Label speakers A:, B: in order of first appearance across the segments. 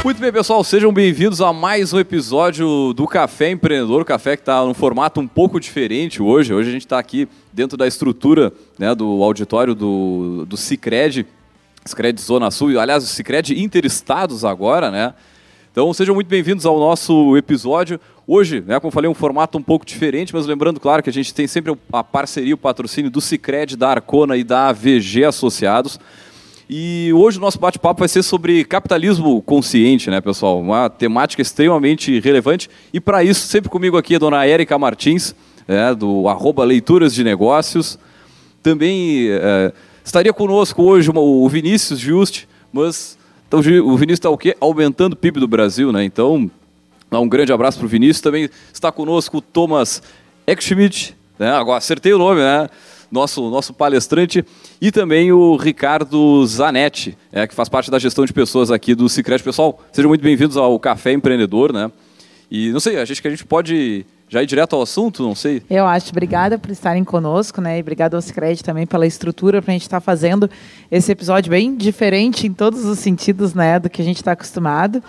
A: Muito bem, pessoal, sejam bem-vindos a mais um episódio do Café Empreendedor, o café que está num formato um pouco diferente hoje. Hoje a gente está aqui dentro da estrutura, né, do auditório do Sicredi Zona Sul, aliás, o Sicredi Interestados agora, né? Então sejam muito bem-vindos ao nosso episódio. Hoje, né, como eu falei, um formato um pouco diferente, mas lembrando, claro, que a gente tem sempre a parceria, o patrocínio do Sicredi, da Arcona e da AVG Associados. E hoje o nosso bate-papo vai ser sobre capitalismo consciente, né, pessoal? Uma temática extremamente relevante. E para isso, sempre comigo aqui a dona Érica Martins, do @Leituras de Negócios. Também estaria conosco hoje o Vinícius Juste, mas então, o Vinícius está o quê? Aumentando o PIB do Brasil, né? Então, um grande abraço para o Vinícius. Também está conosco o Thomas Eckschmidt, né? Agora acertei o nome, né? Nosso palestrante, e também o Ricardo Zanetti, que faz parte da gestão de pessoas aqui do Sicredi. Pessoal, sejam muito bem-vindos ao Café Empreendedor, né? E não sei, acho que a gente pode já ir direto ao assunto, não sei.
B: Eu acho. Obrigada por estarem conosco, né? E obrigado ao Sicredi também pela estrutura para a gente estar fazendo esse episódio bem diferente em todos os sentidos, né, do que a gente está acostumado.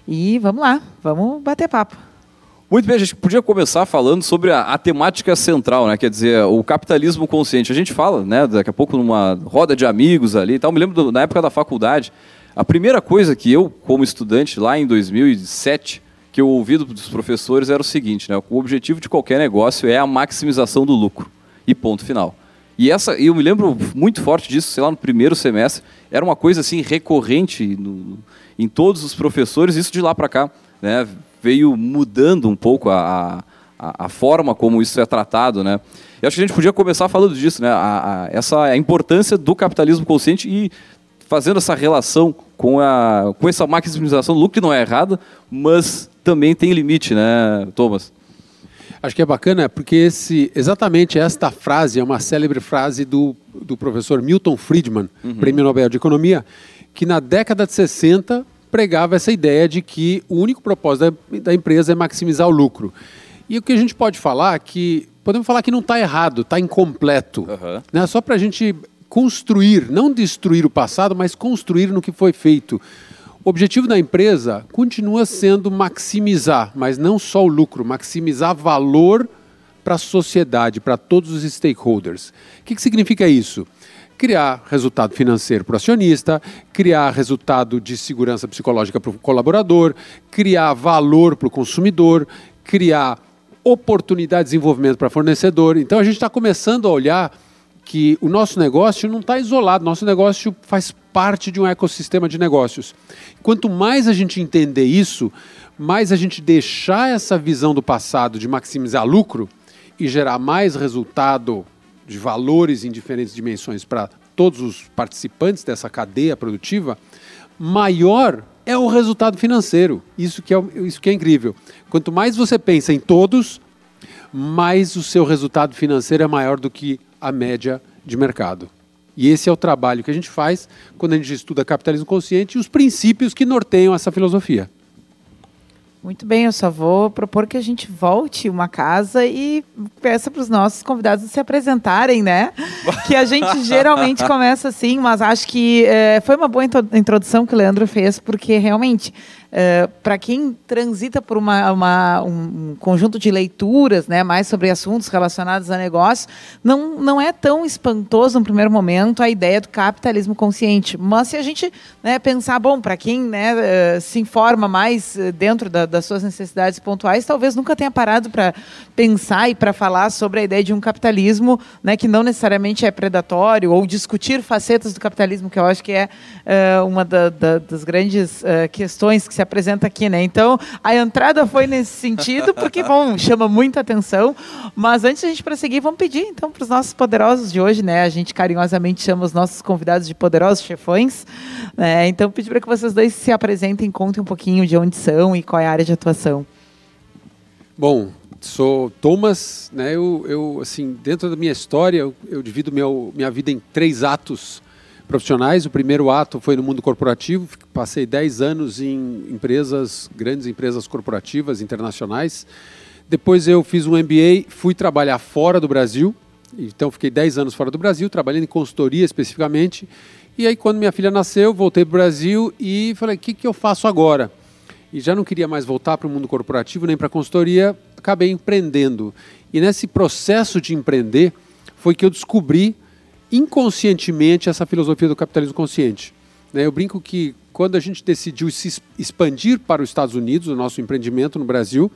B: E vamos lá, vamos bater papo.
A: Muito bem, a gente podia começar falando sobre a temática central, né? Quer dizer, o capitalismo consciente. A gente fala, né, daqui a pouco numa roda de amigos ali e tal. Me lembro na época da faculdade, a primeira coisa que eu, como estudante, lá em 2007, que eu ouvi dos professores era o seguinte, né? O objetivo de qualquer negócio é a maximização do lucro. E ponto final. E eu me lembro muito forte disso, sei lá, no primeiro semestre. Era uma coisa assim recorrente em todos os professores, isso de lá para cá, né? Veio mudando um pouco a forma como isso é tratado, né? Eu acho que a gente podia começar falando disso, né? A importância do capitalismo consciente e fazendo essa relação com essa maximização do lucro, que não é errada, mas também tem limite, né, Thomas?
C: Acho que é bacana porque exatamente esta frase é uma célebre frase do professor Milton Friedman, Prêmio Nobel de Economia, que na década de 60 pregava essa ideia de que o único propósito da empresa é maximizar o lucro. E o que a gente pode falar é que, podemos falar que não está errado, está incompleto. Né? Só para a gente construir, não destruir o passado, mas construir no que foi feito. O objetivo da empresa continua sendo maximizar, mas não só o lucro, maximizar valor para a sociedade, para todos os stakeholders. O que significa isso? Criar resultado financeiro para o acionista, criar resultado de segurança psicológica para o colaborador, criar valor para o consumidor, criar oportunidade de desenvolvimento para fornecedor. Então a gente está começando a olhar que o nosso negócio não está isolado, nosso negócio faz parte de um ecossistema de negócios. Quanto mais a gente entender isso, mais a gente deixar essa visão do passado de maximizar lucro e gerar mais resultado de valores em diferentes dimensões para todos os participantes dessa cadeia produtiva, maior é o resultado financeiro. Isso que é incrível. Quanto mais você pensa em todos, mais o seu resultado financeiro é maior do que a média de mercado. E esse é o trabalho que a gente faz quando a gente estuda capitalismo consciente e os princípios que norteiam essa filosofia.
B: Muito bem, eu só vou propor que a gente volte uma casa e peça para os nossos convidados se apresentarem, né? Que a gente geralmente começa assim, mas acho que foi uma boa introdução que o Leandro fez, porque realmente, para quem transita por um conjunto de leituras, né, mais sobre assuntos relacionados a negócio, não é tão espantoso no primeiro momento a ideia do capitalismo consciente. Mas se a gente, né, pensar, bom, para quem, né, se informa mais dentro das suas necessidades pontuais, talvez nunca tenha parado para pensar e para falar sobre a ideia de um capitalismo, né, que não necessariamente é predatório, ou discutir facetas do capitalismo, que eu acho que é uma das grandes questões que se apresenta aqui, né? Então, a entrada foi nesse sentido, porque, bom, chama muita atenção, mas antes de a gente prosseguir, vamos pedir, então, para os nossos poderosos de hoje, né? A gente carinhosamente chama os nossos convidados de poderosos chefões, né? Então, pedir para que vocês dois se apresentem, contem um pouquinho de onde são e qual é a área de atuação.
C: Bom, sou Thomas, né? Eu assim, dentro da minha história, eu divido minha vida em 3 atos profissionais. O primeiro ato foi no mundo corporativo, passei 10 anos em grandes empresas corporativas internacionais. Depois eu fiz um MBA, fui trabalhar fora do Brasil, então fiquei 10 anos fora do Brasil, trabalhando em consultoria especificamente. E aí quando minha filha nasceu, voltei para o Brasil e falei, o que eu faço agora? e já não queria mais voltar para o mundo corporativo nem para a consultoria, acabei empreendendo. E nesse processo de empreender foi que eu descobri inconscientemente essa filosofia do capitalismo consciente. Eu brinco que quando a gente decidiu se expandir para os Estados Unidos, o nosso empreendimento no Brasil,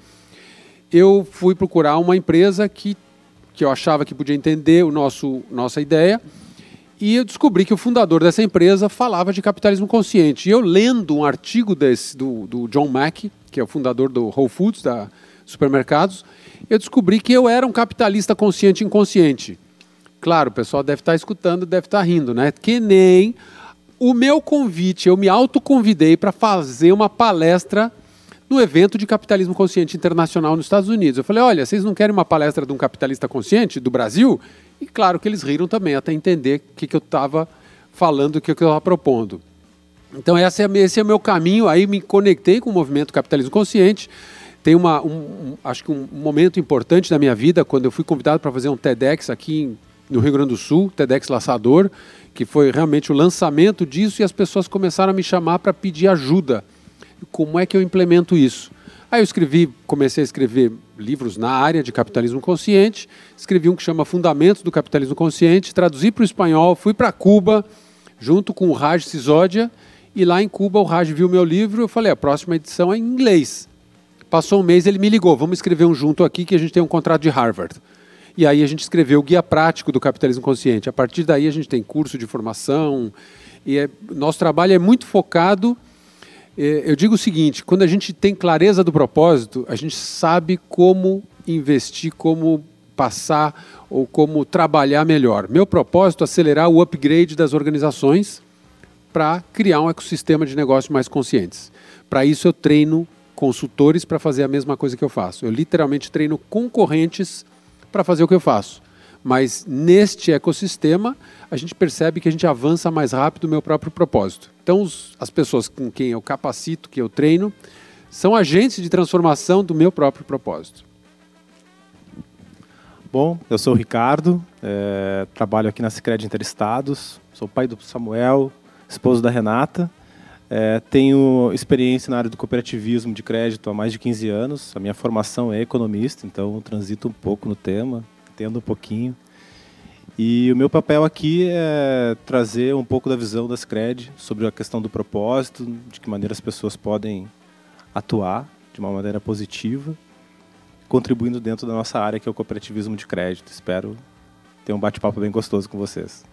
C: eu fui procurar uma empresa que eu achava que podia entender nossa ideia, e eu descobri que o fundador dessa empresa falava de capitalismo consciente. E eu lendo um artigo do John Mackey, que é o fundador do Whole Foods, da supermercados, eu descobri que eu era um capitalista consciente e inconsciente. Claro, o pessoal deve estar escutando, deve estar rindo, né? Que nem o meu convite, eu me autoconvidei para fazer uma palestra no evento de capitalismo consciente internacional nos Estados Unidos. Eu falei, olha, vocês não querem uma palestra de um capitalista consciente do Brasil? E claro que eles riram também, até entender o que eu estava falando, o que eu estava propondo. Então esse é o meu caminho, aí me conectei com o movimento capitalismo consciente. Tem acho que um momento importante da minha vida, quando eu fui convidado para fazer um TEDx aqui no Rio Grande do Sul, TEDx Laçador, que foi realmente o lançamento disso, e as pessoas começaram a me chamar para pedir ajuda. Como é que eu implemento isso? Aí eu comecei a escrever livros na área de capitalismo consciente, escrevi um que chama Fundamentos do Capitalismo Consciente, traduzi para o espanhol, fui para Cuba, junto com o Raj Sisodia, e lá em Cuba o Raj viu meu livro, eu falei, a próxima edição é em inglês. Passou um mês, ele me ligou, vamos escrever um junto aqui que a gente tem um contrato de Harvard. E aí a gente escreveu o Guia Prático do Capitalismo Consciente. A partir daí a gente tem curso de formação, e nosso trabalho é muito focado. Eu digo o seguinte, quando a gente tem clareza do propósito, a gente sabe como investir, como passar ou como trabalhar melhor. Meu propósito é acelerar o upgrade das organizações para criar um ecossistema de negócios mais conscientes. Para isso eu treino consultores para fazer a mesma coisa que eu faço. Eu literalmente treino concorrentes para fazer o que eu faço. Mas neste ecossistema, a gente percebe que a gente avança mais rápido no meu próprio propósito. Então, as pessoas com quem eu capacito, que eu treino, são agentes de transformação do meu próprio propósito.
D: Bom, eu sou o Ricardo, trabalho aqui na Sicredi Interestados, sou pai do Samuel, esposo da Renata. Tenho experiência na área do cooperativismo de crédito há mais de 15 anos. A minha formação é economista, então eu transito um pouco no tema, entendo um pouquinho. E o meu papel aqui é trazer um pouco da visão da Sicredi sobre a questão do propósito, de que maneira as pessoas podem atuar de uma maneira positiva, contribuindo dentro da nossa área, que é o cooperativismo de crédito. Espero ter um bate-papo bem gostoso com vocês.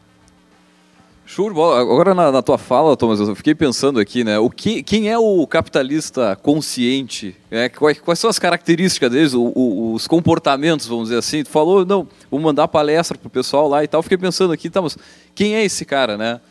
A: Show de bola. Agora na tua fala, Thomas, eu fiquei pensando aqui, né? Quem é o capitalista consciente? Quais são as características deles, os comportamentos, vamos dizer assim? Tu falou, não, vou mandar palestra pro pessoal lá e tal. Fiquei pensando aqui, tá, mas quem é esse cara, né?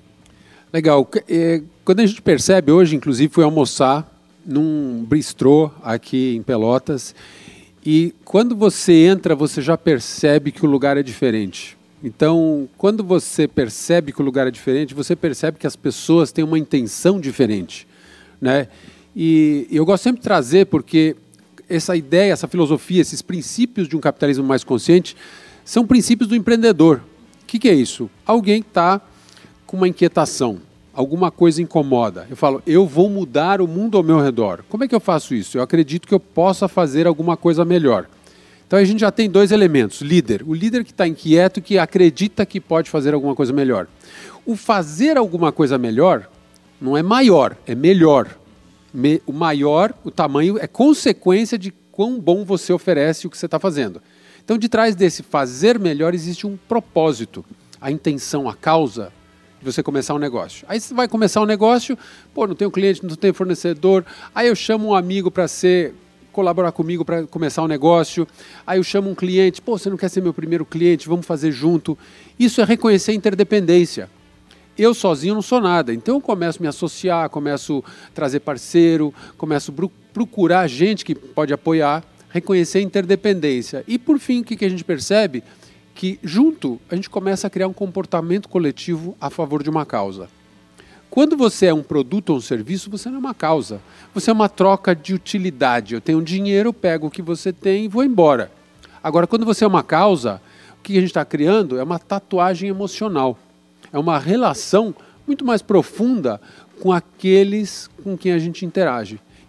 C: Legal. Quando a gente percebe, hoje, inclusive, fui almoçar num bistrô aqui em Pelotas, e quando você entra, você já percebe que o lugar é diferente. Então, quando você percebe que o lugar é diferente, você percebe que as pessoas têm uma intenção diferente, né? E eu gosto sempre de trazer, porque essa ideia, essa filosofia, esses princípios de um capitalismo mais consciente são princípios do empreendedor. O que é isso? Alguém que está com uma inquietação, alguma coisa incomoda. Eu falo, eu vou mudar o mundo ao meu redor. Como é que eu faço isso? Eu acredito que eu possa fazer alguma coisa melhor. Então a gente já tem dois elementos. Líder. O líder que está inquieto, que acredita que pode fazer alguma coisa melhor. O fazer alguma coisa melhor não é maior, é melhor. O maior, o tamanho, é consequência de quão bom você oferece o que você está fazendo. Então, de trás desse fazer melhor, existe um propósito. A intenção, a causa de você começar um negócio. Aí você vai começar um negócio, não tenho cliente, não tenho fornecedor, aí eu chamo um amigo para colaborar comigo para começar um negócio, aí eu chamo um cliente, você não quer ser meu primeiro cliente, vamos fazer junto. Isso é reconhecer a interdependência. Eu sozinho não sou nada, então eu começo a me associar, começo a trazer parceiro, começo a procurar gente que pode apoiar, reconhecer a interdependência. E por fim, o que a gente percebe? Que junto a gente começa a criar um comportamento coletivo a favor de uma causa. Quando você é um produto ou um serviço, você não é uma causa. Você é uma troca de utilidade. Eu tenho dinheiro, eu pego o que você tem e vou embora. Agora, quando você é uma causa, o que a gente está criando é uma tatuagem emocional. É uma relação muito mais profunda com aqueles com quem a gente interage.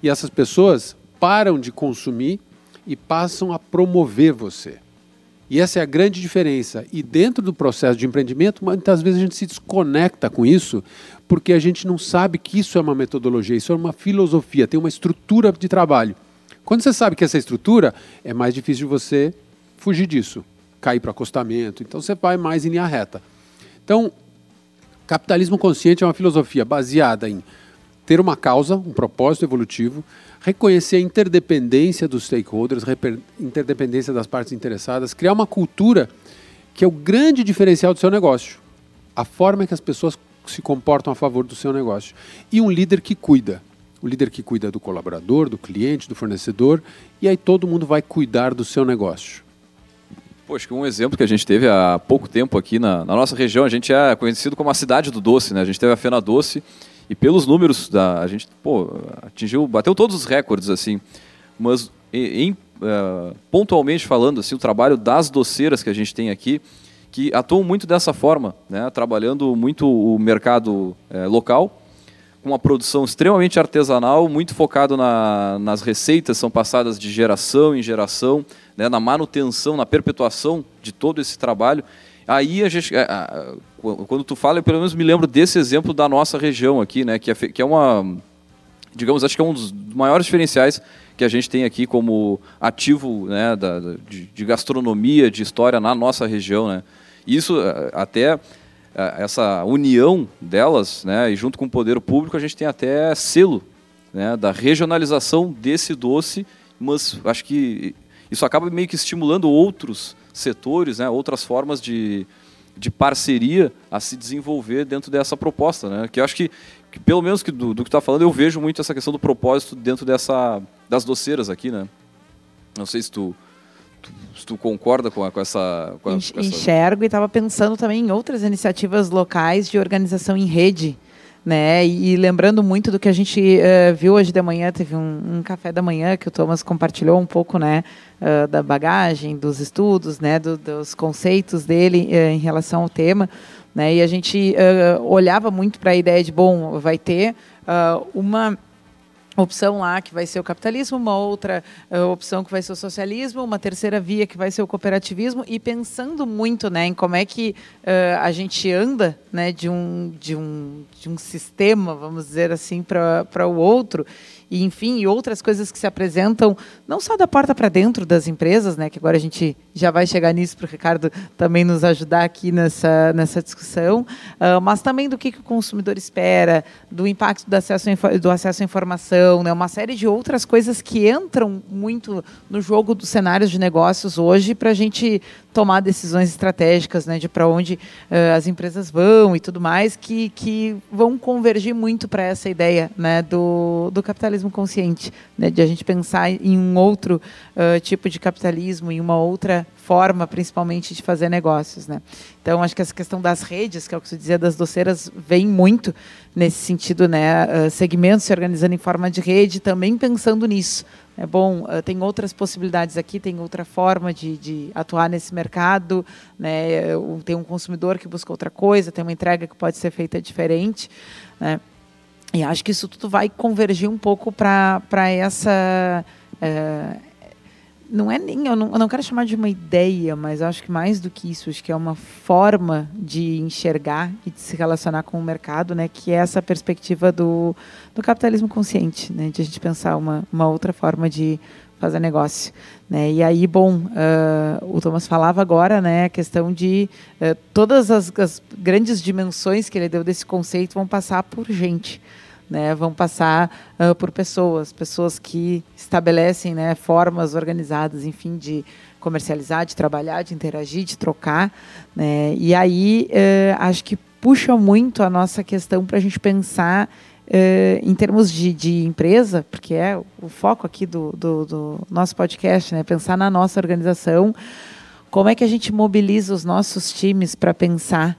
C: E essas pessoas param de consumir e passam a promover você. E essa é a grande diferença. E dentro do processo de empreendimento, muitas vezes a gente se desconecta com isso, porque a gente não sabe que isso é uma metodologia, isso é uma filosofia, tem uma estrutura de trabalho. Quando você sabe que essa estrutura, é mais difícil de você fugir disso, cair para o acostamento. Então você vai mais em linha reta. Então, capitalismo consciente é uma filosofia baseada em ter uma causa, um propósito evolutivo, reconhecer a interdependência dos stakeholders, interdependência das partes interessadas, criar uma cultura que é o grande diferencial do seu negócio. A forma que as pessoas se comportam a favor do seu negócio. E um líder que cuida. O líder que cuida do colaborador, do cliente, do fornecedor, e aí todo mundo vai cuidar do seu negócio.
A: Poxa, um exemplo que a gente teve há pouco tempo aqui na nossa região, a gente é conhecido como a cidade do doce, né? A gente teve a Fena Doce e pelos números a gente bateu todos os recordes assim, mas pontualmente falando assim, o trabalho das doceiras que a gente tem aqui, que atuam muito dessa forma, né? Trabalhando muito o mercado local, com uma produção extremamente artesanal, muito focado nas receitas, são passadas de geração em geração, né, na manutenção, na perpetuação de todo esse trabalho. Aí a gente, quando tu fala, eu pelo menos me lembro desse exemplo da nossa região aqui, né, que é uma, digamos, acho que é um dos maiores diferenciais que a gente tem aqui como ativo, né, de gastronomia, de história na nossa região, né. Isso até essa união delas, né, e junto com o poder público a gente tem até selo, né, da regionalização desse doce, mas acho que isso acaba meio que estimulando outros setores, né, outras formas de parceria a se desenvolver dentro dessa proposta, né, que eu acho que pelo menos do que tu está falando, eu vejo muito essa questão do propósito dentro das doceiras aqui, né. Não sei se tu concorda com essa...
B: Enxergo e estava pensando também em outras iniciativas locais de organização em rede, né? E lembrando muito do que a gente viu hoje de manhã, teve um café da manhã que o Thomas compartilhou um pouco, né, da bagagem, dos estudos, né, dos conceitos dele em relação ao tema, né? E a gente olhava muito para a ideia de, bom, vai ter uma opção lá que vai ser o capitalismo, uma outra opção que vai ser o socialismo, uma terceira via que vai ser o cooperativismo, e pensando muito, né, em como é que a gente anda, né, de um sistema, vamos dizer assim, para o outro, e enfim, e outras coisas que se apresentam não só da porta para dentro das empresas, né, que agora a gente já vai chegar nisso para o Ricardo também nos ajudar aqui nessa discussão, mas também do que o consumidor espera, do impacto do acesso à informação, né, uma série de outras coisas que entram muito no jogo dos cenários de negócios hoje para a gente tomar decisões estratégicas, né, de para onde as empresas vão e tudo mais, que vão convergir muito para essa ideia, né, do capitalismo consciente, né, de a gente pensar em um outro tipo de capitalismo, em uma outra forma, principalmente, de fazer negócios, né? Então, acho que essa questão das redes, que é o que você dizia das doceiras, vem muito nesse sentido, né? Segmentos se organizando em forma de rede, também pensando nisso. É bom, tem outras possibilidades aqui, tem outra forma de atuar nesse mercado, né? Tem um consumidor que busca outra coisa, tem uma entrega que pode ser feita diferente, né? E acho que isso tudo vai convergir um pouco para essa... não é nem, eu não quero chamar de uma ideia, mas acho que mais do que isso, acho que é uma forma de enxergar e de se relacionar com o mercado, né, que é essa perspectiva do capitalismo consciente, né, de a gente pensar uma outra forma de fazer negócio, né. E aí, bom, o Thomas falava agora, né, a questão de todas as grandes dimensões que ele deu desse conceito vão passar por gente, né, vão passar por pessoas que estabelecem, né, formas organizadas, enfim, de comercializar, de trabalhar, de interagir, de trocar, né, e aí acho que puxa muito a nossa questão para a gente pensar em termos de empresa, porque é o foco aqui do nosso podcast, né, pensar na nossa organização, como é que a gente mobiliza os nossos times para pensar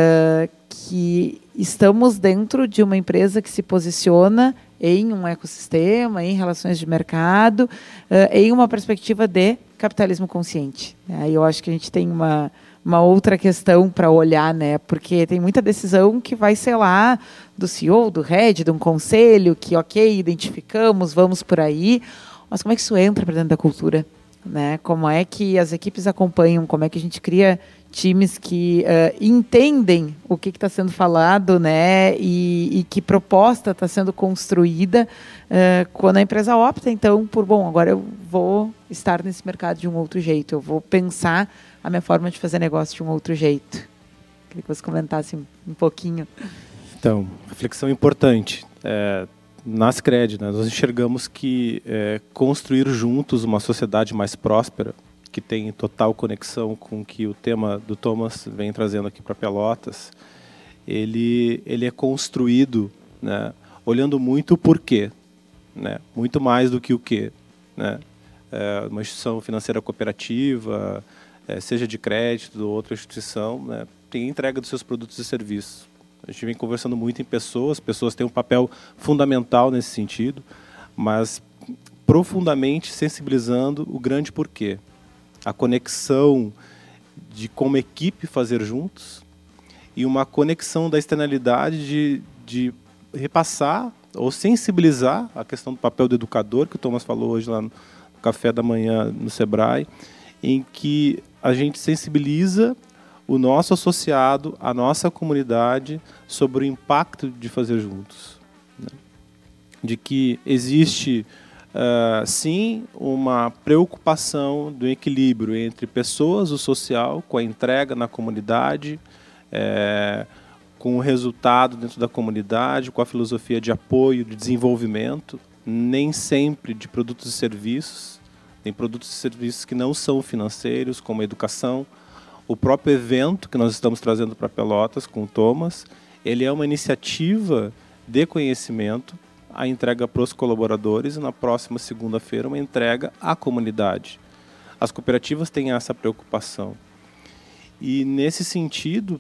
B: que estamos dentro de uma empresa que se posiciona em um ecossistema, em relações de mercado, em uma perspectiva de capitalismo consciente. Aí eu acho que a gente tem uma uma outra questão para olhar, né? Porque tem muita decisão que vai ser lá do CEO, do head, de um conselho, que ok, identificamos, vamos por aí, mas como é que isso entra para dentro da cultura? Né? Como é que as equipes acompanham, como é que a gente cria times que entendem o que está sendo falado, né? E que proposta está sendo construída quando a empresa opta, então, por, bom, agora eu vou estar nesse mercado de um outro jeito, eu vou pensar a minha forma de fazer negócio de um outro jeito. Queria que você comentasse um pouquinho.
D: Então, reflexão importante. Na Sicredi, né, nós enxergamos que construir juntos uma sociedade mais próspera, que tem total conexão com o que o tema do Thomas vem trazendo aqui para Pelotas, ele é construído, né, olhando muito o porquê, né, muito mais do que o quê. Né? Uma instituição financeira cooperativa, seja de crédito ou outra instituição, né, tem entrega dos seus produtos e serviços. A gente vem conversando muito em pessoas têm um papel fundamental nesse sentido, mas profundamente sensibilizando o grande porquê. A conexão de como equipe fazer juntos e uma conexão da externalidade de repassar ou sensibilizar a questão do papel do educador, que o Thomas falou hoje lá no café da manhã no Sebrae, em que a gente sensibiliza o nosso associado, a nossa comunidade, sobre o impacto de fazer juntos. Né? De que existe, sim, uma preocupação do equilíbrio entre pessoas, o social, com a entrega na comunidade, com o resultado dentro da comunidade, com a filosofia de apoio, de desenvolvimento, nem sempre de produtos e serviços. Tem produtos e serviços que não são financeiros, como a educação. O próprio evento que nós estamos trazendo para Pelotas com o Thomas, ele é uma iniciativa de conhecimento, a entrega para os colaboradores e na próxima segunda-feira uma entrega à comunidade. As cooperativas têm essa preocupação. E nesse sentido,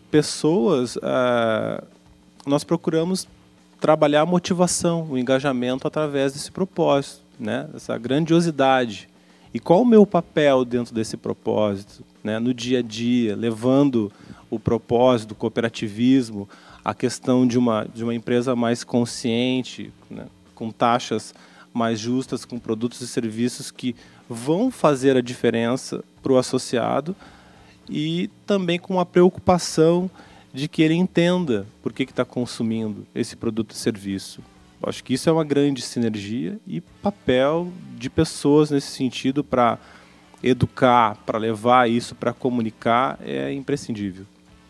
D: nós procuramos trabalhar a motivação, o engajamento através desse propósito, né? Essa grandiosidade. E qual o meu papel dentro desse propósito, né, no dia a dia, levando o propósito do cooperativismo, a questão de uma empresa mais consciente, né, com taxas mais justas, com produtos e serviços que vão fazer a diferença para o associado e também com a preocupação de que ele entenda por que está consumindo esse produto e serviço. Acho que isso é uma grande sinergia e papel de pessoas nesse sentido para educar, para levar isso, para comunicar, é imprescindível.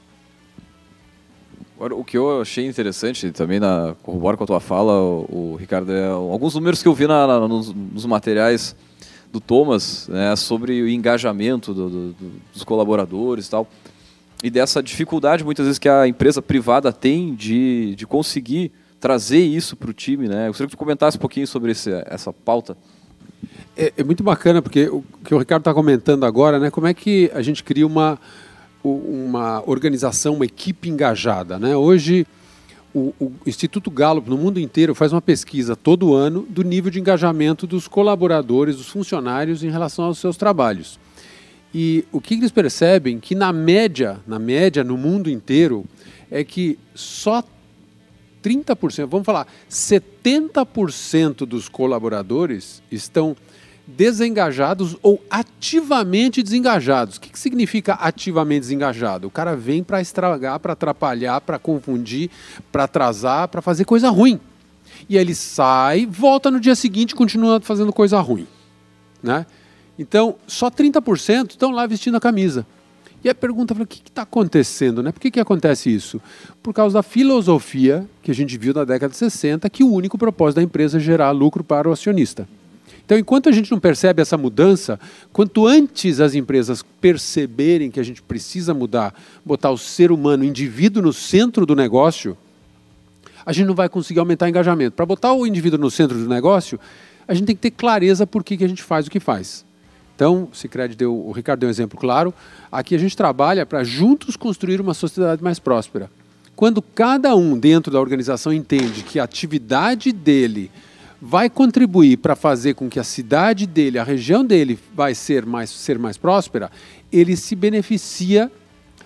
A: Agora, o que eu achei interessante, também corroboro com a tua fala, o Ricardo, alguns números que eu vi nos materiais do Thomas, né, sobre o engajamento dos colaboradores e tal, e dessa dificuldade muitas vezes que a empresa privada tem de conseguir trazer isso para o time, né? Eu gostaria que tu comentasse um pouquinho sobre essa pauta.
C: É muito bacana, porque o que o Ricardo está comentando agora, né? Como é que a gente cria uma organização, uma equipe engajada, né? Hoje, o Instituto Gallup, no mundo inteiro, faz uma pesquisa todo ano do nível de engajamento dos colaboradores, dos funcionários em relação aos seus trabalhos. E o que eles percebem que, na média, no mundo inteiro, é que só 30%, vamos falar, 70% dos colaboradores estão desengajados ou ativamente desengajados. O que significa ativamente desengajado? O cara vem para estragar, para atrapalhar, para confundir, para atrasar, para fazer coisa ruim. E aí ele sai, volta no dia seguinte e continua fazendo coisa ruim. Né? Então, só 30% estão lá vestindo a camisa. E a pergunta é, o que está acontecendo? Né? Por que acontece isso? Por causa da filosofia que a gente viu na década de 60, que o único propósito da empresa é gerar lucro para o acionista. Então, enquanto a gente não percebe essa mudança, quanto antes as empresas perceberem que a gente precisa mudar, botar o ser humano, o indivíduo no centro do negócio, a gente não vai conseguir aumentar o engajamento. Para botar o indivíduo no centro do negócio, a gente tem que ter clareza por que a gente faz o que faz. Então, o Ricardo deu um exemplo claro. Aqui a gente trabalha para juntos construir uma sociedade mais próspera. Quando cada um dentro da organização entende que a atividade dele vai contribuir para fazer com que a cidade dele, a região dele vai ser mais próspera, ele se beneficia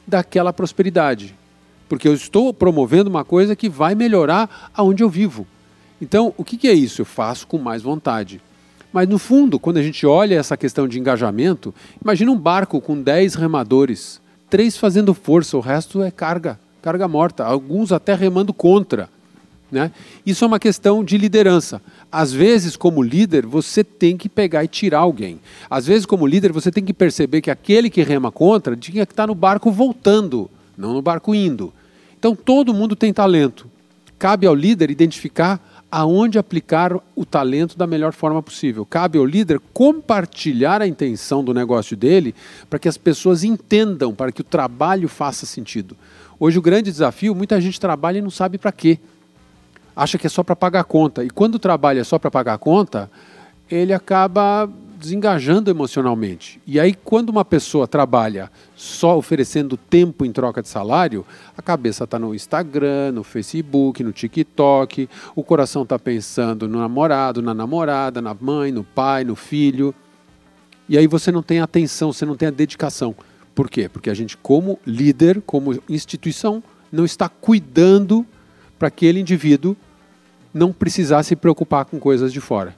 C: daquela prosperidade. Porque eu estou promovendo uma coisa que vai melhorar aonde eu vivo. Então, o que é isso? Eu faço com mais vontade. Mas, no fundo, quando a gente olha essa questão de engajamento, imagina um barco com 10 remadores, 3 fazendo força, o resto é carga morta, alguns até remando contra. Né? Isso é uma questão de liderança. Às vezes, como líder, você tem que pegar e tirar alguém. Às vezes, como líder, você tem que perceber que aquele que rema contra tinha que estar no barco voltando, não no barco indo. Então, todo mundo tem talento. Cabe ao líder identificar aonde aplicar o talento da melhor forma possível. Cabe ao líder compartilhar a intenção do negócio dele para que as pessoas entendam, para que o trabalho faça sentido. Hoje, o grande desafio, muita gente trabalha e não sabe para quê. Acha que é só para pagar a conta. E quando o trabalho é só para pagar a conta, ele acaba desengajando emocionalmente. E aí, quando uma pessoa trabalha só oferecendo tempo em troca de salário, a cabeça está no Instagram, no Facebook, no TikTok, o coração está pensando no namorado, na namorada, na mãe, no pai, no filho. E aí você não tem atenção, você não tem a dedicação. Por quê? Porque a gente, como líder, como instituição, não está cuidando para aquele indivíduo não precisar se preocupar com coisas de fora.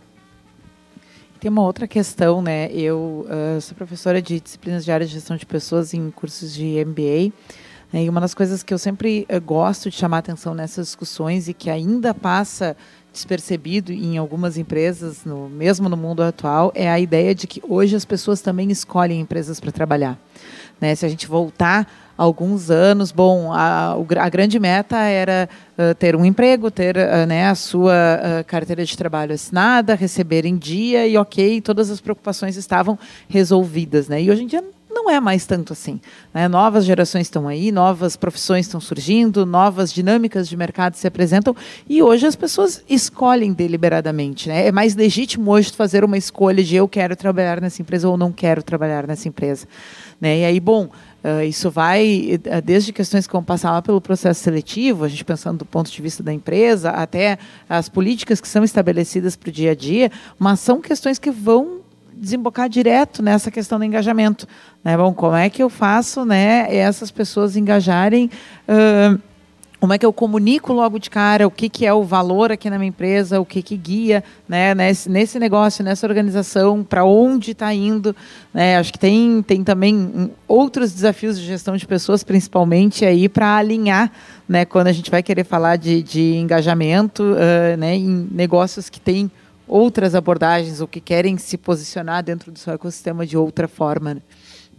B: Tem uma outra questão, né? Eu sou professora de disciplinas de área de gestão de pessoas em cursos de MBA, né? E uma das coisas que eu sempre gosto de chamar a atenção nessas discussões e que ainda passa despercebido em algumas empresas, mesmo no mundo atual, é a ideia de que hoje as pessoas também escolhem empresas para trabalhar. Né? Se a gente voltar alguns anos, bom, a grande meta era ter um emprego, ter a sua carteira de trabalho assinada, receber em dia e ok, todas as preocupações estavam resolvidas. Né? E hoje em dia não é mais tanto assim. Né? Novas gerações estão aí, novas profissões estão surgindo, novas dinâmicas de mercado se apresentam e hoje as pessoas escolhem deliberadamente. Né? É mais legítimo hoje fazer uma escolha de eu quero trabalhar nessa empresa ou não quero trabalhar nessa empresa. Né? E aí, bom, isso vai desde questões que vão passar lá pelo processo seletivo, a gente pensando do ponto de vista da empresa, até as políticas que são estabelecidas para o dia a dia, mas são questões que vão desembocar direto nessa questão do engajamento. Né? Bom, como é que eu faço, né, essas pessoas engajarem? Como é que eu comunico logo de cara o que é o valor aqui na minha empresa, o que guia, né, nesse negócio, nessa organização, para onde está indo. Né? Acho que tem também outros desafios de gestão de pessoas, principalmente aí para alinhar, né, quando a gente vai querer falar de engajamento, né, em negócios que têm outras abordagens ou que querem se posicionar dentro do seu ecossistema de outra forma. Né?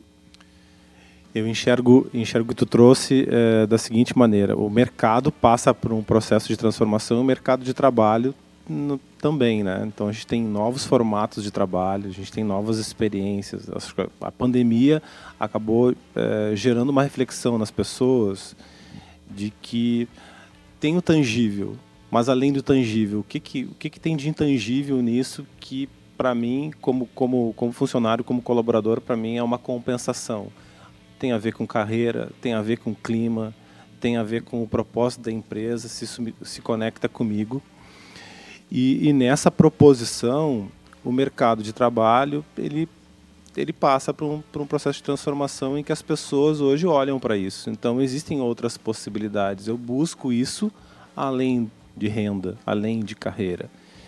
D: Eu enxergo que tu trouxe da seguinte maneira: o mercado passa por um processo de transformação e o mercado de trabalho também, né? Então a gente tem novos formatos de trabalho, a gente tem novas experiências. A pandemia acabou gerando uma reflexão nas pessoas de que tem o tangível, mas além do tangível, o que tem de intangível nisso que, para mim, como funcionário, como colaborador, para mim é uma compensação. Tem a ver com carreira, tem a ver com clima, tem a ver com o propósito da empresa, se isso se conecta comigo. E nessa proposição, o mercado de trabalho ele passa por um processo de transformação em que as pessoas hoje olham para isso. Então, existem outras possibilidades. Eu busco isso além de renda, além de carreira.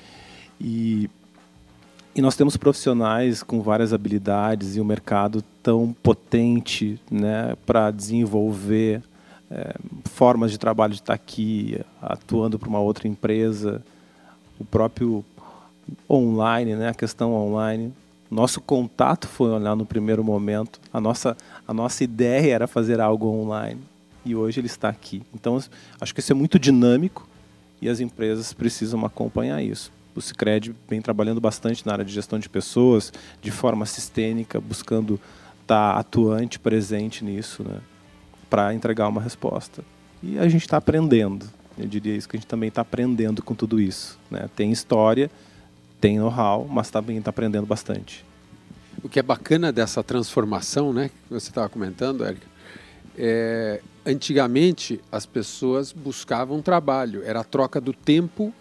D: E nós temos profissionais com várias habilidades e um mercado tão potente, né, para desenvolver formas de trabalho de estar aqui, atuando para uma outra empresa, o próprio online, né, a questão online. Nosso contato foi olhar no primeiro momento, a nossa ideia era fazer algo online e hoje ele está aqui. Então, acho que isso é muito dinâmico e as empresas precisam acompanhar isso. O Sicredi vem trabalhando bastante na área de gestão de pessoas, de forma sistêmica, buscando estar atuante, presente nisso, né, para entregar uma resposta. E a gente está aprendendo. Eu diria isso, que a gente também está aprendendo com tudo isso. Né? Tem história, tem know-how, mas também está aprendendo bastante.
C: O que é bacana dessa transformação, né, que você estava comentando, Érica, antigamente as pessoas buscavam trabalho, era a troca do tempo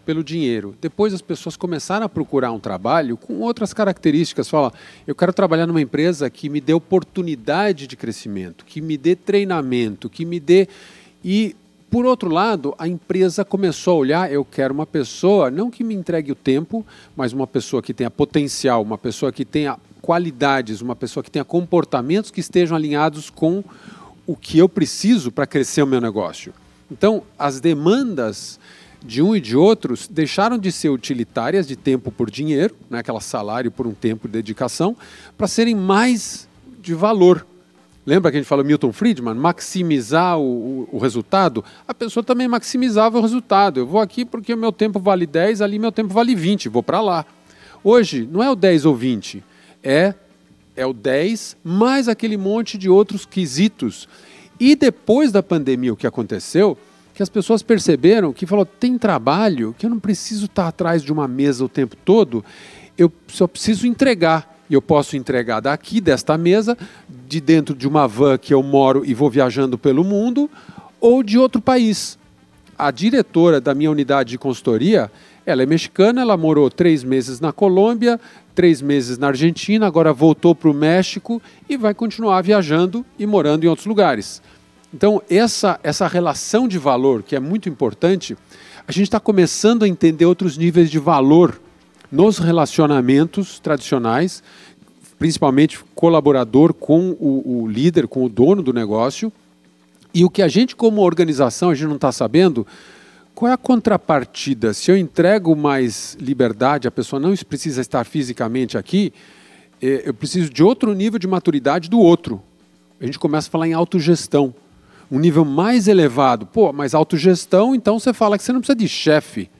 C: pelo dinheiro. Depois as pessoas começaram a procurar um trabalho com outras características. Fala, eu quero trabalhar numa empresa que me dê oportunidade de crescimento, que me dê treinamento, que me dê... E, por outro lado, a empresa começou a olhar, eu quero uma pessoa, não que me entregue o tempo, mas uma pessoa que tenha potencial, uma pessoa que tenha qualidades, uma pessoa que tenha comportamentos que estejam alinhados com o que eu preciso para crescer o meu negócio. Então, as demandas de um e de outros deixaram de ser utilitárias, de tempo por dinheiro, né, aquela salário por um tempo de dedicação, para serem mais de valor. Lembra que a gente falou Milton Friedman? Maximizar o resultado? A pessoa também maximizava o resultado. Eu vou aqui porque o meu tempo vale 10, ali meu tempo vale 20, vou para lá. Hoje, não é o 10 ou 20, é o 10 mais aquele monte de outros quesitos. E depois da pandemia, o que aconteceu, que as pessoas perceberam que falou, tem trabalho que eu não preciso estar atrás de uma mesa o tempo todo, eu só preciso entregar. E eu posso entregar daqui, desta mesa, de dentro de uma van que eu moro e vou viajando pelo mundo, ou de outro país. A diretora da minha unidade de consultoria, ela é mexicana, ela morou 3 meses na Colômbia, 3 meses na Argentina, agora voltou para o México e vai continuar viajando e morando em outros lugares. Então, essa relação de valor, que é muito importante, a gente está começando a entender outros níveis de valor nos relacionamentos tradicionais, principalmente colaborador com o líder, com o dono do negócio. E o que a gente, como organização, a gente não está sabendo, qual é a contrapartida? Se eu entrego mais liberdade, a pessoa não precisa estar fisicamente aqui, eu preciso de outro nível de maturidade do outro. A gente começa a falar em autogestão. Um nível mais elevado. Pô, mas autogestão, então você fala que você não precisa de chefe.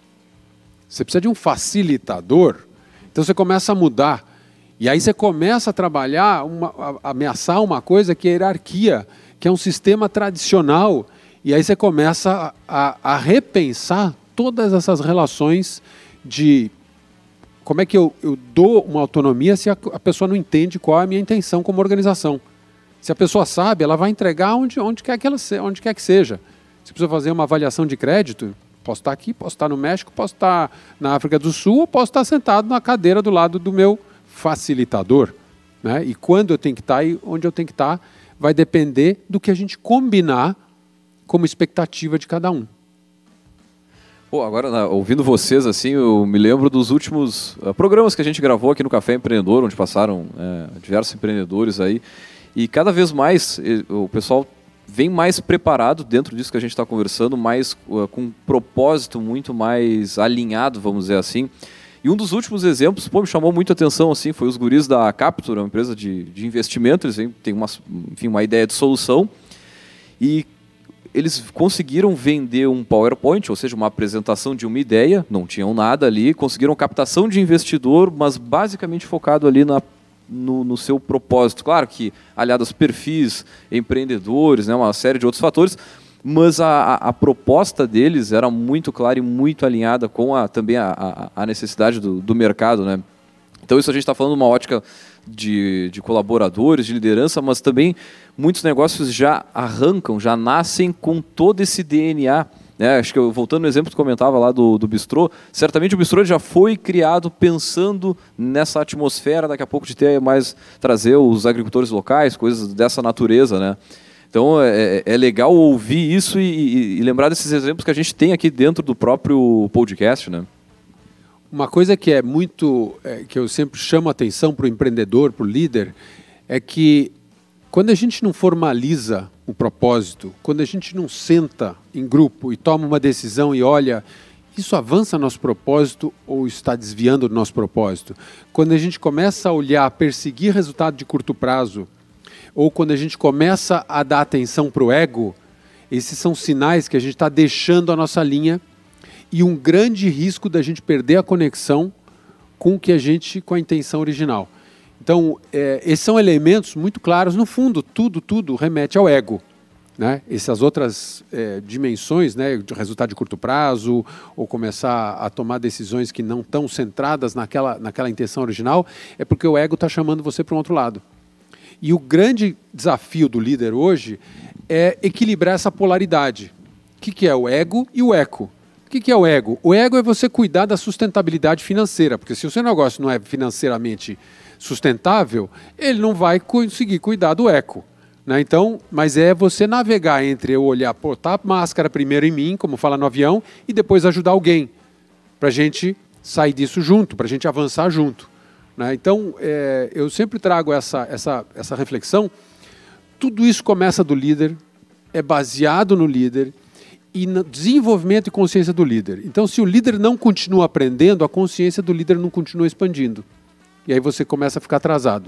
C: Você precisa de um facilitador. Então você começa a mudar. E aí você começa a trabalhar, a ameaçar uma coisa que é a hierarquia, que é um sistema tradicional. E aí você começa a repensar todas essas relações de como é que eu dou uma autonomia se a pessoa não entende qual é a minha intenção como organização. Se a pessoa sabe, ela vai entregar onde quer que seja. Se precisa fazer uma avaliação de crédito, posso estar aqui, posso estar no México, posso estar na África do Sul, ou posso estar sentado na cadeira do lado do meu facilitador. Né? E quando eu tenho que estar e onde eu tenho que estar, vai depender do que a gente combinar como expectativa de cada um.
A: Pô, agora, ouvindo vocês, assim, eu me lembro dos últimos programas que a gente gravou aqui no Café Empreendedor, onde passaram diversos empreendedores aí, e cada vez mais o pessoal vem mais preparado dentro disso que a gente está conversando, mais com um propósito muito mais alinhado, vamos dizer assim. E um dos últimos exemplos, me chamou muito a atenção, assim, foi os guris da Capture, uma empresa de investimento. Eles têm uma ideia de solução e eles conseguiram vender um PowerPoint, ou seja, uma apresentação de uma ideia, não tinham nada ali, conseguiram captação de investidor, mas basicamente focado ali no seu propósito. Claro que aliado aos perfis, empreendedores, né, uma série de outros fatores, mas a proposta deles era muito clara e muito alinhada com também a necessidade do mercado. Né? Então isso a gente está falando de uma ótica de colaboradores, de liderança, mas também muitos negócios já arrancam, já nascem com todo esse DNA. Acho que voltando no exemplo que tu comentava lá do bistrô, certamente o bistrô já foi criado pensando nessa atmosfera daqui a pouco de trazer os agricultores locais, coisas dessa natureza, né? Então é legal ouvir isso e lembrar desses exemplos que a gente tem aqui dentro do próprio podcast, né?
C: Uma coisa que é muito, que eu sempre chamo a atenção para o empreendedor, para o líder, é que quando a gente não formaliza o propósito, quando a gente não senta em grupo e toma uma decisão e olha, isso avança nosso propósito ou está desviando do nosso propósito? Quando a gente começa a olhar, perseguir resultado de curto prazo, ou quando a gente começa a dar atenção para o ego, esses são sinais que a gente está deixando a nossa linha e um grande risco da gente perder a conexão com a intenção original. Então, esses são elementos muito claros. No fundo, tudo remete ao ego. Né? Essas outras dimensões, né, de resultado de curto prazo, ou começar a tomar decisões que não estão centradas naquela intenção original, é porque o ego está chamando você para um outro lado. E o grande desafio do líder hoje é equilibrar essa polaridade. O que é o ego e o eco? O que é o ego? O ego é você cuidar da sustentabilidade financeira, porque se o seu negócio não é financeiramente sustentável, ele não vai conseguir cuidar do eco. Né? Então, mas é você navegar entre eu olhar, botar a máscara primeiro em mim, como fala no avião, e depois ajudar alguém, para a gente sair disso junto, para a gente avançar junto. Né? Então, eu sempre trago essa reflexão. Tudo isso começa do líder, é baseado no líder, e no desenvolvimento e consciência do líder. Então, se o líder não continua aprendendo, a consciência do líder não continua expandindo. E aí você começa a ficar atrasado.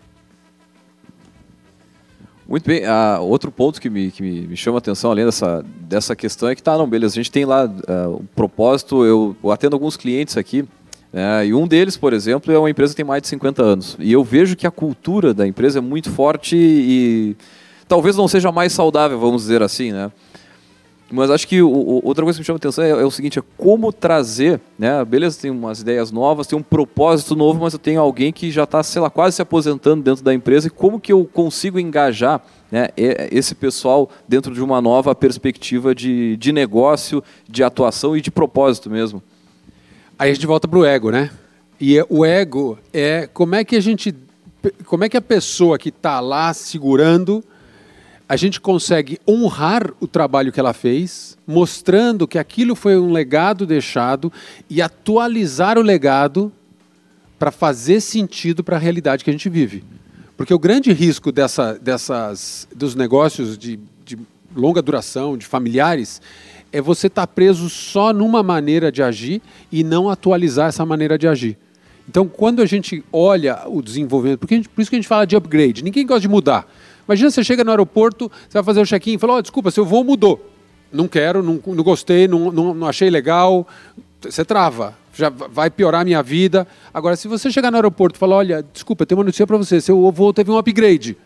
A: Muito bem. Outro ponto que me chama a atenção, além dessa questão, é que beleza, a gente tem lá o propósito, eu atendo alguns clientes aqui, e um deles, por exemplo, é uma empresa que tem mais de 50 anos. E eu vejo que a cultura da empresa é muito forte e talvez não seja mais saudável, vamos dizer assim, né? Mas acho que outra coisa que me chama a atenção é o seguinte, é como trazer, né? Beleza, tem umas ideias novas, tem um propósito novo, mas eu tenho alguém que já está, sei lá, quase se aposentando dentro da empresa, e como que eu consigo engajar, né, esse pessoal dentro de uma nova perspectiva de negócio, de atuação e de propósito mesmo?
C: Aí a gente volta para o ego, né? E o ego é como é que a pessoa que está lá segurando, a gente consegue honrar o trabalho que ela fez, mostrando que aquilo foi um legado deixado e atualizar o legado para fazer sentido para a realidade que a gente vive. Porque o grande risco dos negócios de longa duração, de familiares, é você estar preso só numa maneira de agir e não atualizar essa maneira de agir. Então, quando a gente olha o desenvolvimento, por isso que a gente fala de upgrade, ninguém gosta de mudar. Imagina, você chega no aeroporto, você vai fazer o check-in e fala, desculpa, seu voo mudou. Não quero, não gostei, não achei legal. Você trava, já vai piorar a minha vida. Agora, se você chegar no aeroporto e falar, olha, desculpa, eu tenho uma notícia para você, seu voo teve um upgrade.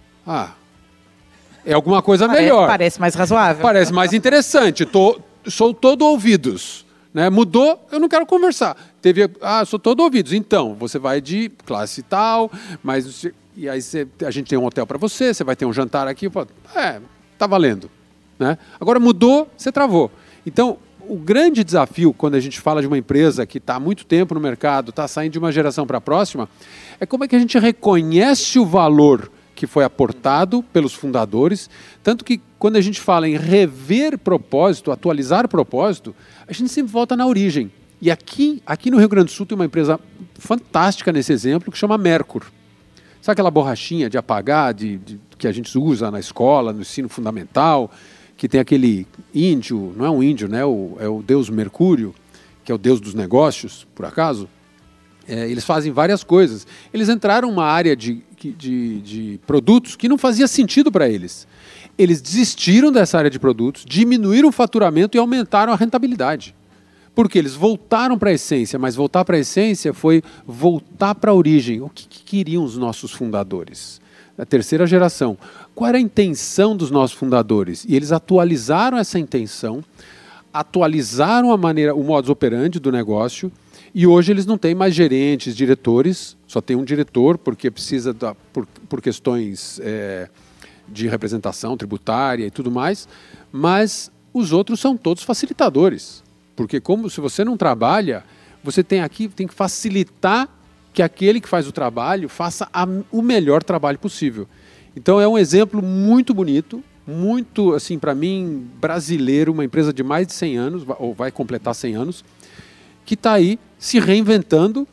C: É alguma coisa melhor.
B: Parece mais razoável.
C: Parece mais interessante. Sou todo ouvidos. Né? Mudou, eu não quero conversar. Sou todo ouvidos. Então, você vai de classe tal, mas... E aí a gente tem um hotel para você vai ter um jantar aqui. Tá valendo. Né? Agora mudou, você travou. Então, o grande desafio, quando a gente fala de uma empresa que está há muito tempo no mercado, está saindo de uma geração para a próxima, é como é que a gente reconhece o valor que foi aportado pelos fundadores, tanto que quando a gente fala em rever propósito, atualizar propósito, a gente sempre volta na origem. E aqui no Rio Grande do Sul tem uma empresa fantástica nesse exemplo, que chama Mercur. Sabe aquela borrachinha de apagar que a gente usa na escola, no ensino fundamental, que tem aquele índio, não é um índio, né? É o deus Mercúrio, que é o deus dos negócios, por acaso. Eles fazem várias coisas. Eles entraram numa área de produtos que não fazia sentido para eles. Eles desistiram dessa área de produtos, diminuíram o faturamento e aumentaram a rentabilidade. Porque eles voltaram para a essência, mas voltar para a essência foi voltar para a origem. O que queriam os nossos fundadores? A terceira geração. Qual era a intenção dos nossos fundadores? E eles atualizaram essa intenção, atualizaram o modus operandi do negócio, e hoje eles não têm mais gerentes, diretores, só tem um diretor, porque precisa, por questões de representação tributária e tudo mais, mas os outros são todos facilitadores. Porque se você não trabalha, você tem que facilitar que aquele que faz o trabalho faça o melhor trabalho possível. Então é um exemplo muito bonito, muito, assim, para mim, brasileiro, uma empresa de mais de 100 anos, ou vai completar 100 anos, que está aí se reinventando,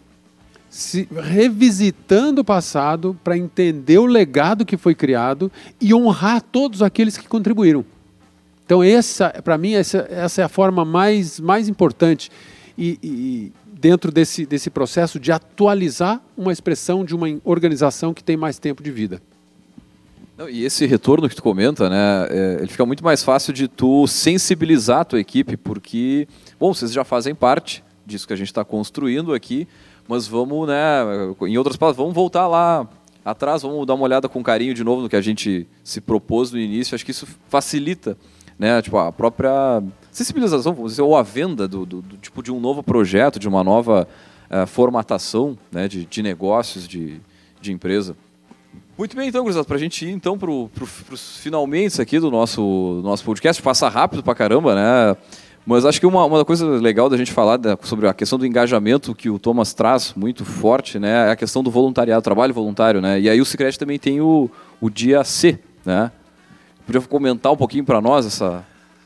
C: revisitando o passado para entender o legado que foi criado e honrar todos aqueles que contribuíram. Então, para mim, essa é a forma mais importante e dentro desse processo de atualizar uma expressão de uma organização que tem mais tempo de vida.
A: E esse retorno que tu comenta, né, ele fica muito mais fácil de tu sensibilizar a tua equipe, porque, vocês já fazem parte disso que a gente está construindo aqui, mas vamos, né, em outras palavras, vamos voltar lá atrás, vamos dar uma olhada com carinho de novo no que a gente se propôs no início. Acho que isso facilita, né, tipo, a própria sensibilização, ou a venda do tipo de um novo projeto, de uma nova formatação, né, de negócios, de empresa. Muito bem, então, gurizada, para a gente ir então para os finalmente aqui do nosso podcast, passa rápido pra caramba, né? Mas acho que uma coisa legal da gente falar sobre a questão do engajamento que o Thomas traz muito forte, né, é a questão do voluntariado, trabalho voluntário, né? E aí o Sicredi também tem o dia C, né? Podia comentar um pouquinho para nós essa...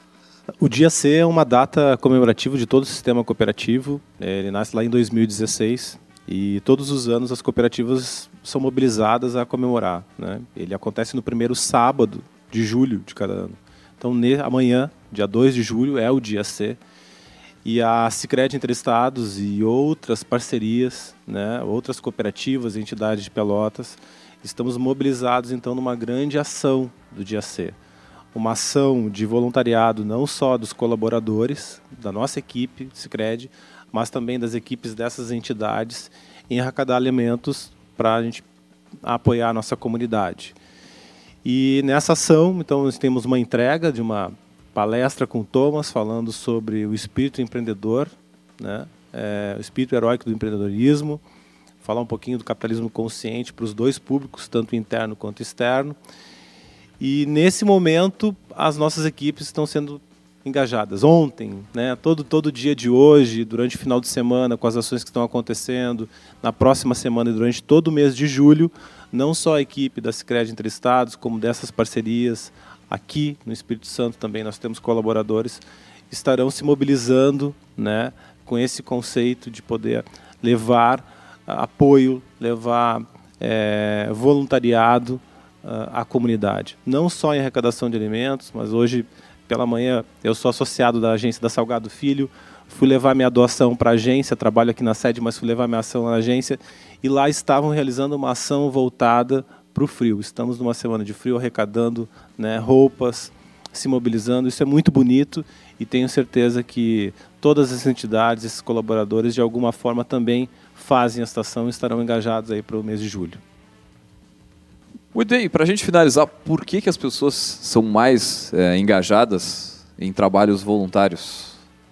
D: O dia C é uma data comemorativa de todo o sistema cooperativo. Ele nasce lá em 2016 e todos os anos as cooperativas são mobilizadas a comemorar, né? Ele acontece no primeiro sábado de julho de cada ano. Então, amanhã, dia 2 de julho, é o dia C. E a Sicredi Interestados e outras parcerias, né, outras cooperativas e entidades de Pelotas, estamos mobilizados, então, numa grande ação do dia C. Uma ação de voluntariado não só dos colaboradores, da nossa equipe, Sicredi, mas também das equipes dessas entidades, em arrecadar alimentos para a gente apoiar a nossa comunidade. E nessa ação, então, nós temos uma entrega de uma palestra com o Thomas falando sobre o espírito empreendedor, né? O espírito heróico do empreendedorismo, falar um pouquinho do capitalismo consciente para os dois públicos, tanto interno quanto externo. E nesse momento, as nossas equipes estão sendo engajadas. Ontem, né, todo dia de hoje, durante o final de semana, com as ações que estão acontecendo, na próxima semana e durante todo o mês de julho, não só a equipe da Sicredi Interestados, como dessas parcerias, aqui no Espírito Santo também nós temos colaboradores, estarão se mobilizando, né, com esse conceito de poder levar apoio, levar voluntariado à comunidade. Não só em arrecadação de alimentos, mas hoje, pela manhã, eu sou associado da agência da Salgado Filho, fui levar minha doação para a agência, trabalho aqui na sede, mas fui levar minha ação na agência, e lá estavam realizando uma ação voltada para o frio. Estamos numa semana de frio, arrecadando, né, roupas, se mobilizando. Isso é muito bonito e tenho certeza que todas as entidades, esses colaboradores, de alguma forma também fazem esta ação e estarão engajados aí para o mês de julho.
A: Muito bem, para a gente finalizar, por que as pessoas são mais engajadas em trabalhos voluntários?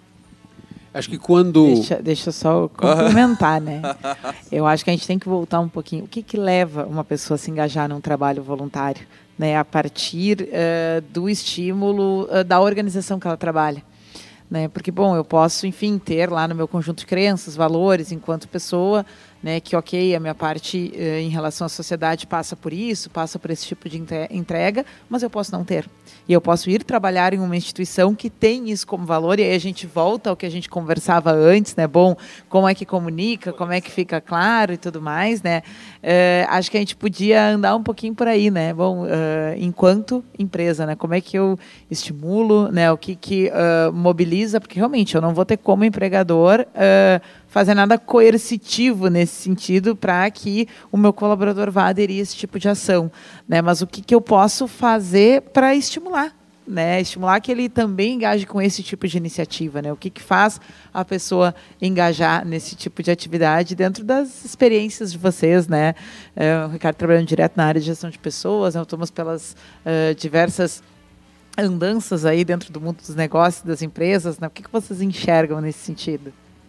C: Acho que quando...
B: Deixa eu só complementar, né? Eu acho que a gente tem que voltar um pouquinho. O que leva uma pessoa a se engajar num trabalho voluntário? Né? A partir do estímulo da organização que ela trabalha. Né? Porque, bom, eu posso, enfim, ter lá no meu conjunto de crenças, valores, enquanto pessoa, né, que, ok, a minha parte em relação à sociedade passa por isso, passa por esse tipo de entrega, mas eu posso não ter. E eu posso ir trabalhar em uma instituição que tem isso como valor, e aí a gente volta ao que a gente conversava antes, né? Bom, como é que comunica, como é que fica claro e tudo mais, né? Acho que a gente podia andar um pouquinho por aí, né? Bom, enquanto empresa, né? Como é que eu estimulo, né? O que mobiliza, porque realmente eu não vou ter como empregador fazer nada coercitivo nesse sentido para que o meu colaborador vá aderir a esse tipo de ação, né? Mas o que eu posso fazer para estimular, né? Estimular que ele também engaje com esse tipo de iniciativa, né? O que faz a pessoa engajar nesse tipo de atividade dentro das experiências de vocês, né? O Ricardo trabalhando direto na área de gestão de pessoas, né? O Thomas pelas diversas andanças aí dentro do mundo dos negócios, das empresas, né? O que vocês enxergam nesse sentido?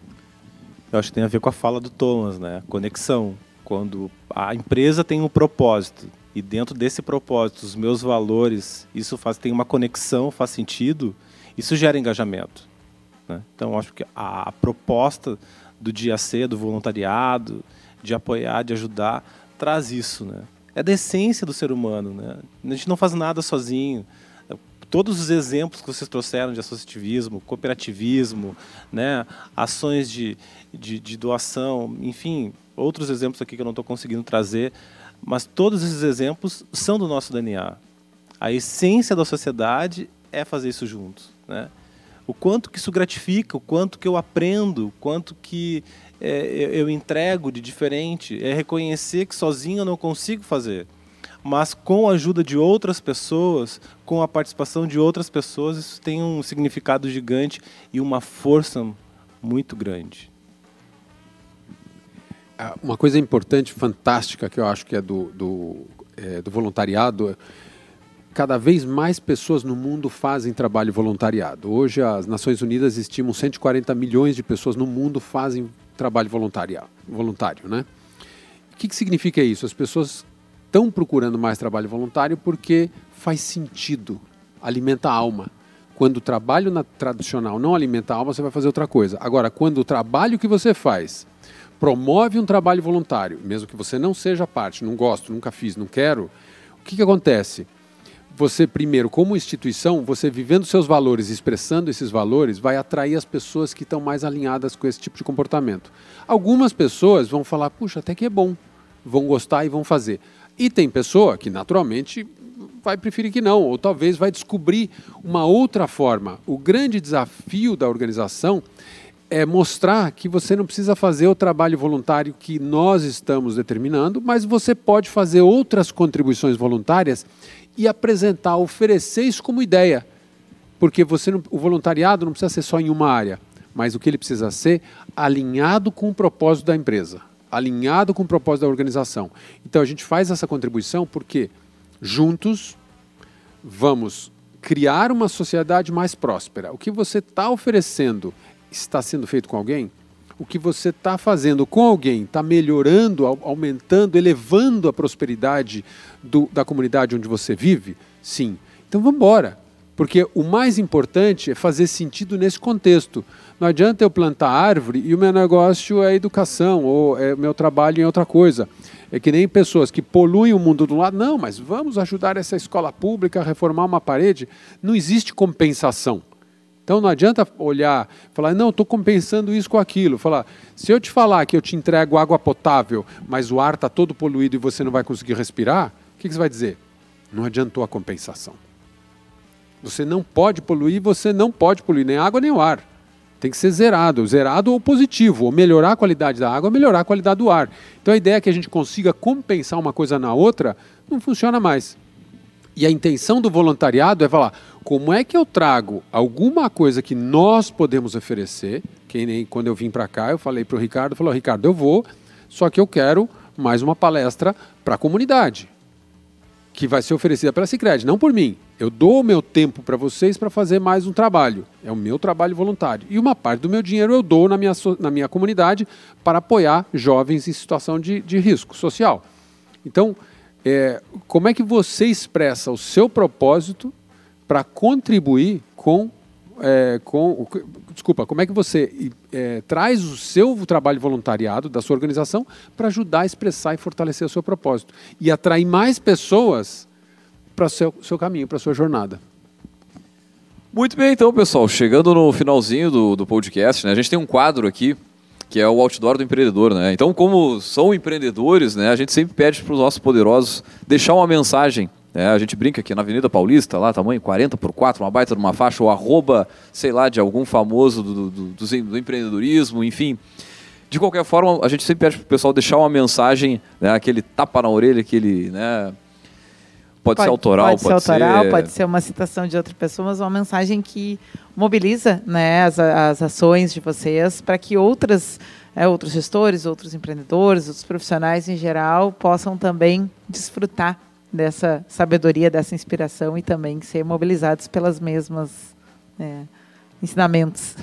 D: Eu acho que tem a ver com a fala do Thomas, né? Conexão. Quando a empresa tem um propósito e dentro desse propósito, os meus valores, isso tem uma conexão, faz sentido, isso gera engajamento, né? Então, acho que a proposta do dia C, do voluntariado, de apoiar, de ajudar, traz isso, né? É da essência do ser humano, né? A gente não faz nada sozinho. Todos os exemplos que vocês trouxeram de associativismo, cooperativismo, né, ações de doação, enfim, outros exemplos aqui que eu não estou conseguindo trazer, mas todos esses exemplos são do nosso DNA. A essência da sociedade é fazer isso juntos, né? O quanto que isso gratifica, o quanto que eu aprendo, o quanto que eu entrego de diferente, é reconhecer que sozinho eu não consigo fazer. Mas com a ajuda de outras pessoas, com a participação de outras pessoas, isso tem um significado gigante e uma força muito grande.
C: Uma coisa importante, fantástica, que eu acho que é do voluntariado, cada vez mais pessoas no mundo fazem trabalho voluntariado. Hoje as Nações Unidas estimam 140 milhões de pessoas no mundo fazem trabalho voluntário, né? O que significa isso? As pessoas estão procurando mais trabalho voluntário porque faz sentido, alimenta a alma. Quando o trabalho tradicional não alimenta a alma, você vai fazer outra coisa. Agora, quando o trabalho que você faz promove um trabalho voluntário, mesmo que você não seja parte, não gosto, nunca fiz, não quero, o que acontece? Você, primeiro, como instituição, você vivendo seus valores, expressando esses valores, vai atrair as pessoas que estão mais alinhadas com esse tipo de comportamento. Algumas pessoas vão falar, puxa, até que é bom, vão gostar e vão fazer. E tem pessoa que, naturalmente, vai preferir que não, ou talvez vai descobrir uma outra forma. O grande desafio da organização é mostrar que você não precisa fazer o trabalho voluntário que nós estamos determinando, mas você pode fazer outras contribuições voluntárias e apresentar, oferecer isso como ideia. Porque o voluntariado não precisa ser só em uma área, mas o que ele precisa ser alinhado com o propósito da empresa, alinhado com o propósito da organização. Então a gente faz essa contribuição porque juntos vamos criar uma sociedade mais próspera. O que você está oferecendo está sendo feito com alguém? O que você está fazendo com alguém está melhorando, aumentando, elevando a prosperidade da comunidade onde você vive? Sim. Então vamos embora. Porque o mais importante é fazer sentido nesse contexto. Não adianta eu plantar árvore e o meu negócio é educação, ou é o meu trabalho em outra coisa. É que nem pessoas que poluem o mundo de um lado. Não, mas vamos ajudar essa escola pública a reformar uma parede. Não existe compensação. Então não adianta olhar, falar, não, estou compensando isso com aquilo. Falar, se eu te falar que eu te entrego água potável, mas o ar está todo poluído e você não vai conseguir respirar, o que você vai dizer? Não adiantou a compensação. Você não pode poluir, nem a água nem o ar. Tem que ser zerado ou positivo, ou melhorar a qualidade da água, ou melhorar a qualidade do ar. Então a ideia é que a gente consiga compensar uma coisa na outra, não funciona mais. E a intenção do voluntariado é falar, como é que eu trago alguma coisa que nós podemos oferecer, que nem quando eu vim para cá, eu falei para o Ricardo, Ricardo, eu vou, só que eu quero mais uma palestra para a comunidade, que vai ser oferecida pela Sicredi, não por mim. Eu dou o meu tempo para vocês para fazer mais um trabalho. É o meu trabalho voluntário. E uma parte do meu dinheiro eu dou na minha comunidade para apoiar jovens em situação de risco social. Então, como é que você expressa o seu propósito para contribuir como é que você traz o seu trabalho voluntariado da sua organização para ajudar a expressar e fortalecer o seu propósito e atrair mais pessoas para o seu caminho, para a sua jornada.
A: Muito bem, então, pessoal, chegando no finalzinho do podcast, né, a gente tem um quadro aqui que é o Outdoor do Empreendedor, né? Então, como são empreendedores, né, a gente sempre pede para os nossos poderosos deixar uma mensagem. A gente brinca aqui na Avenida Paulista, lá, tamanho 40x4, uma baita de uma faixa, ou arroba, sei lá, de algum famoso do empreendedorismo, enfim. De qualquer forma, a gente sempre pede para o pessoal deixar uma mensagem, né, aquele tapa na orelha, aquele, né, pode ser autoral,
B: pode ser uma citação de outra pessoa, mas uma mensagem que mobiliza, né, as ações de vocês para que outros gestores, outros empreendedores, outros profissionais em geral possam também desfrutar dessa sabedoria, dessa inspiração e também ser mobilizados pelas mesmas ensinamentos.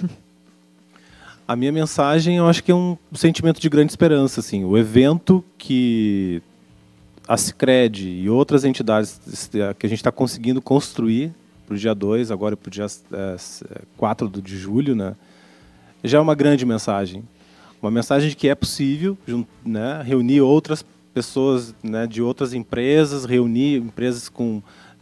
D: A minha mensagem, eu acho que é um sentimento de grande esperança. Assim, o evento que a Sicredi e outras entidades que a gente está conseguindo construir para o dia 2, agora para o dia 4 de julho, né, já é uma grande mensagem. Uma mensagem de que é possível, né, reunir outras pessoas, né, de outras empresas, reunir empresas com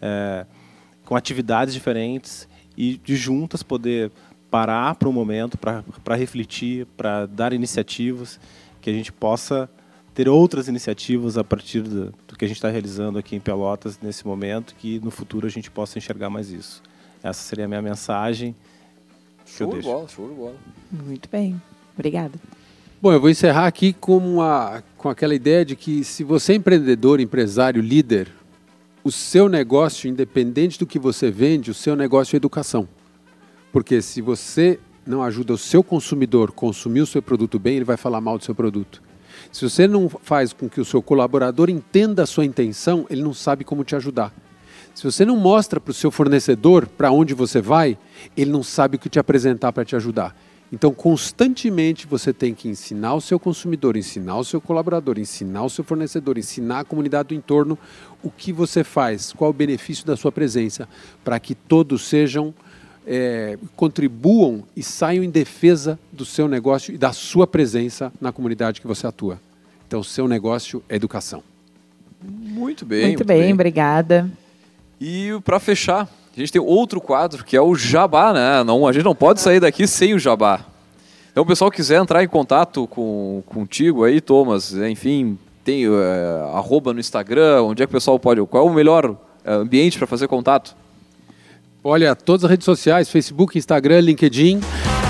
D: atividades diferentes e de juntas poder parar para um momento, para refletir, para dar iniciativas, que a gente possa ter outras iniciativas a partir do que a gente está realizando aqui em Pelotas nesse momento, que no futuro a gente possa enxergar mais isso. Essa seria a minha mensagem.
A: Show de bola, show de bola.
B: Muito bem, obrigada.
C: Bom, eu vou encerrar aqui com aquela ideia de que se você é empreendedor, empresário, líder, o seu negócio, independente do que você vende, o seu negócio é educação. Porque se você não ajuda o seu consumidor a consumir o seu produto bem, ele vai falar mal do seu produto. Se você não faz com que o seu colaborador entenda a sua intenção, ele não sabe como te ajudar. Se você não mostra para o seu fornecedor para onde você vai, ele não sabe o que te apresentar para te ajudar. Então, constantemente você tem que ensinar o seu consumidor, ensinar o seu colaborador, ensinar o seu fornecedor, ensinar a comunidade do entorno o que você faz, qual o benefício da sua presença, para que todos sejam contribuam e saiam em defesa do seu negócio e da sua presença na comunidade que você atua. Então, o seu negócio é educação.
A: Muito bem.
B: Muito bem, obrigada.
A: E para fechar, a gente tem outro quadro que é o Jabá, né? A gente não pode sair daqui sem o Jabá. Então, o pessoal quiser entrar em contato contigo aí, Thomas, enfim, tem @ no Instagram, onde é que o pessoal pode... Qual é o melhor ambiente para fazer contato?
C: Olha, todas as redes sociais, Facebook, Instagram, LinkedIn.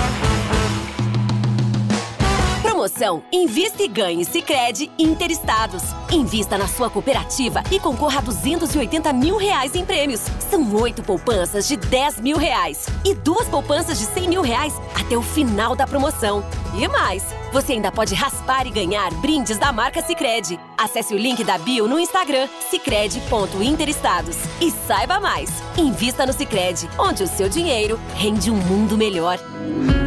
E: Promoção Invista e Ganhe Sicredi Interestados. Invista na sua cooperativa e concorra a R$280 mil em prêmios. São 8 poupanças de R$10 mil e 2 poupanças de R$100 mil até o final da promoção. E mais, você ainda pode raspar e ganhar brindes da marca Sicredi. Acesse o link da bio no Instagram, sicredi.interestados. E saiba mais. Invista no Sicredi, onde o seu dinheiro rende um mundo melhor.